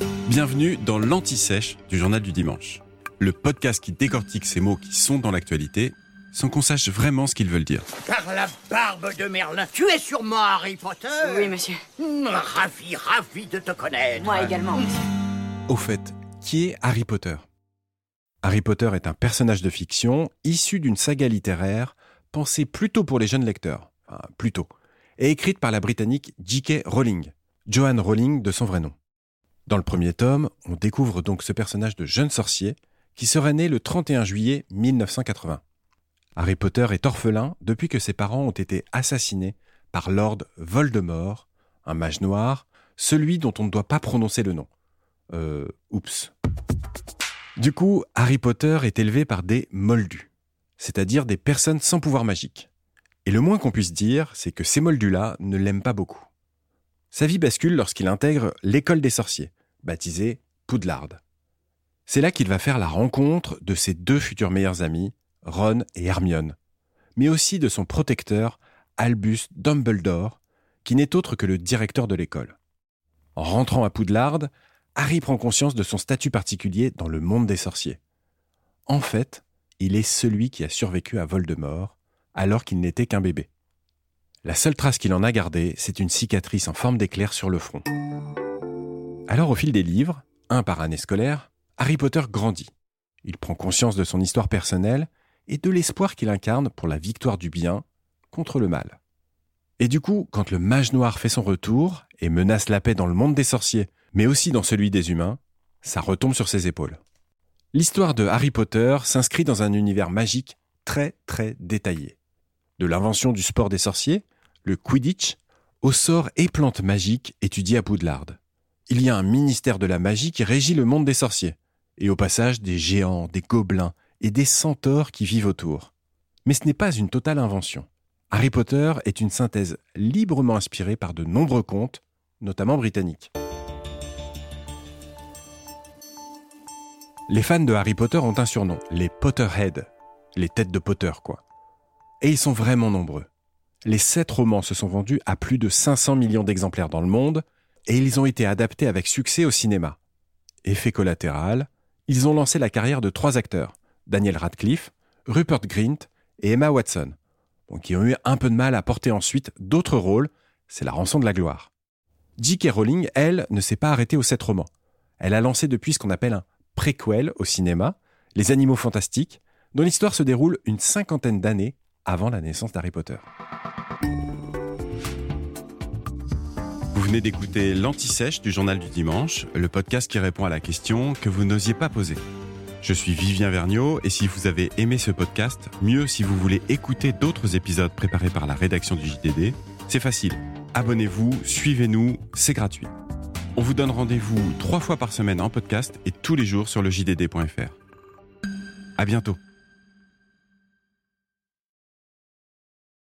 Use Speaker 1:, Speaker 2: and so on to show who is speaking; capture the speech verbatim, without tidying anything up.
Speaker 1: Bienvenue dans l'Anti-Sèche du Journal du Dimanche, le podcast qui décortique ces mots qui sont dans l'actualité sans qu'on sache vraiment ce qu'ils veulent dire.
Speaker 2: Par la barbe de Merlin, tu es sûrement Harry Potter ?
Speaker 3: Oui, monsieur.
Speaker 2: Mmh, ravi, ravi de te connaître.
Speaker 3: Moi également, monsieur.
Speaker 1: Au fait, qui est Harry Potter ? Harry Potter est un personnage de fiction issu d'une saga littéraire pensée plutôt pour les jeunes lecteurs, enfin plutôt, et écrite par la Britannique J K Rowling, Joanne Rowling de son vrai nom. Dans le premier tome, on découvre donc ce personnage de jeune sorcier qui serait né le trente et un juillet mille neuf cent quatre-vingts. Harry Potter est orphelin depuis que ses parents ont été assassinés par Lord Voldemort, un mage noir, celui dont on ne doit pas prononcer le nom. Euh, oups. Du coup, Harry Potter est élevé par des moldus, c'est-à-dire des personnes sans pouvoir magique. Et le moins qu'on puisse dire, c'est que ces moldus-là ne l'aiment pas beaucoup. Sa vie bascule lorsqu'il intègre l'école des sorciers, baptisée Poudlard. C'est là qu'il va faire la rencontre de ses deux futurs meilleurs amis, Ron et Hermione, mais aussi de son protecteur, Albus Dumbledore, qui n'est autre que le directeur de l'école. En rentrant à Poudlard, Harry prend conscience de son statut particulier dans le monde des sorciers. En fait, il est celui qui a survécu à Voldemort, alors qu'il n'était qu'un bébé. La seule trace qu'il en a gardée, c'est une cicatrice en forme d'éclair sur le front. Alors au fil des livres, un par année scolaire, Harry Potter grandit. Il prend conscience de son histoire personnelle et de l'espoir qu'il incarne pour la victoire du bien contre le mal. Et du coup, quand le mage noir fait son retour et menace la paix dans le monde des sorciers, mais aussi dans celui des humains, ça retombe sur ses épaules. L'histoire de Harry Potter s'inscrit dans un univers magique très très détaillé. De l'invention du sport des sorciers, le Quidditch, aux sorts et plantes magiques étudiés à Poudlard. Il y a un ministère de la magie qui régit le monde des sorciers, et au passage des géants, des gobelins et des centaures qui vivent autour. Mais ce n'est pas une totale invention. Harry Potter est une synthèse librement inspirée par de nombreux contes, notamment britanniques. Les fans de Harry Potter ont un surnom, les Potterheads, les têtes de Potter quoi. Et ils sont vraiment nombreux. Les sept romans se sont vendus à plus de cinq cents millions d'exemplaires dans le monde et ils ont été adaptés avec succès au cinéma. Effet collatéral, ils ont lancé la carrière de trois acteurs, Daniel Radcliffe, Rupert Grint et Emma Watson, bon, qui ont eu un peu de mal à porter ensuite d'autres rôles, c'est la rançon de la gloire. J K Rowling, elle, ne s'est pas arrêtée aux sept romans. Elle a lancé depuis ce qu'on appelle un préquel au cinéma, Les Animaux Fantastiques, dont l'histoire se déroule une cinquantaine d'années avant la naissance d'Harry Potter. Vous venez d'écouter l'Anti-Sèche du Journal du Dimanche, le podcast qui répond à la question que vous n'osiez pas poser. Je suis Vivien Vergniaud et si vous avez aimé ce podcast, mieux si vous voulez écouter d'autres épisodes préparés par la rédaction du J D D, c'est facile. Abonnez-vous, suivez-nous, c'est gratuit. On vous donne rendez-vous trois fois par semaine en podcast et tous les jours sur le j d d point f r. À bientôt.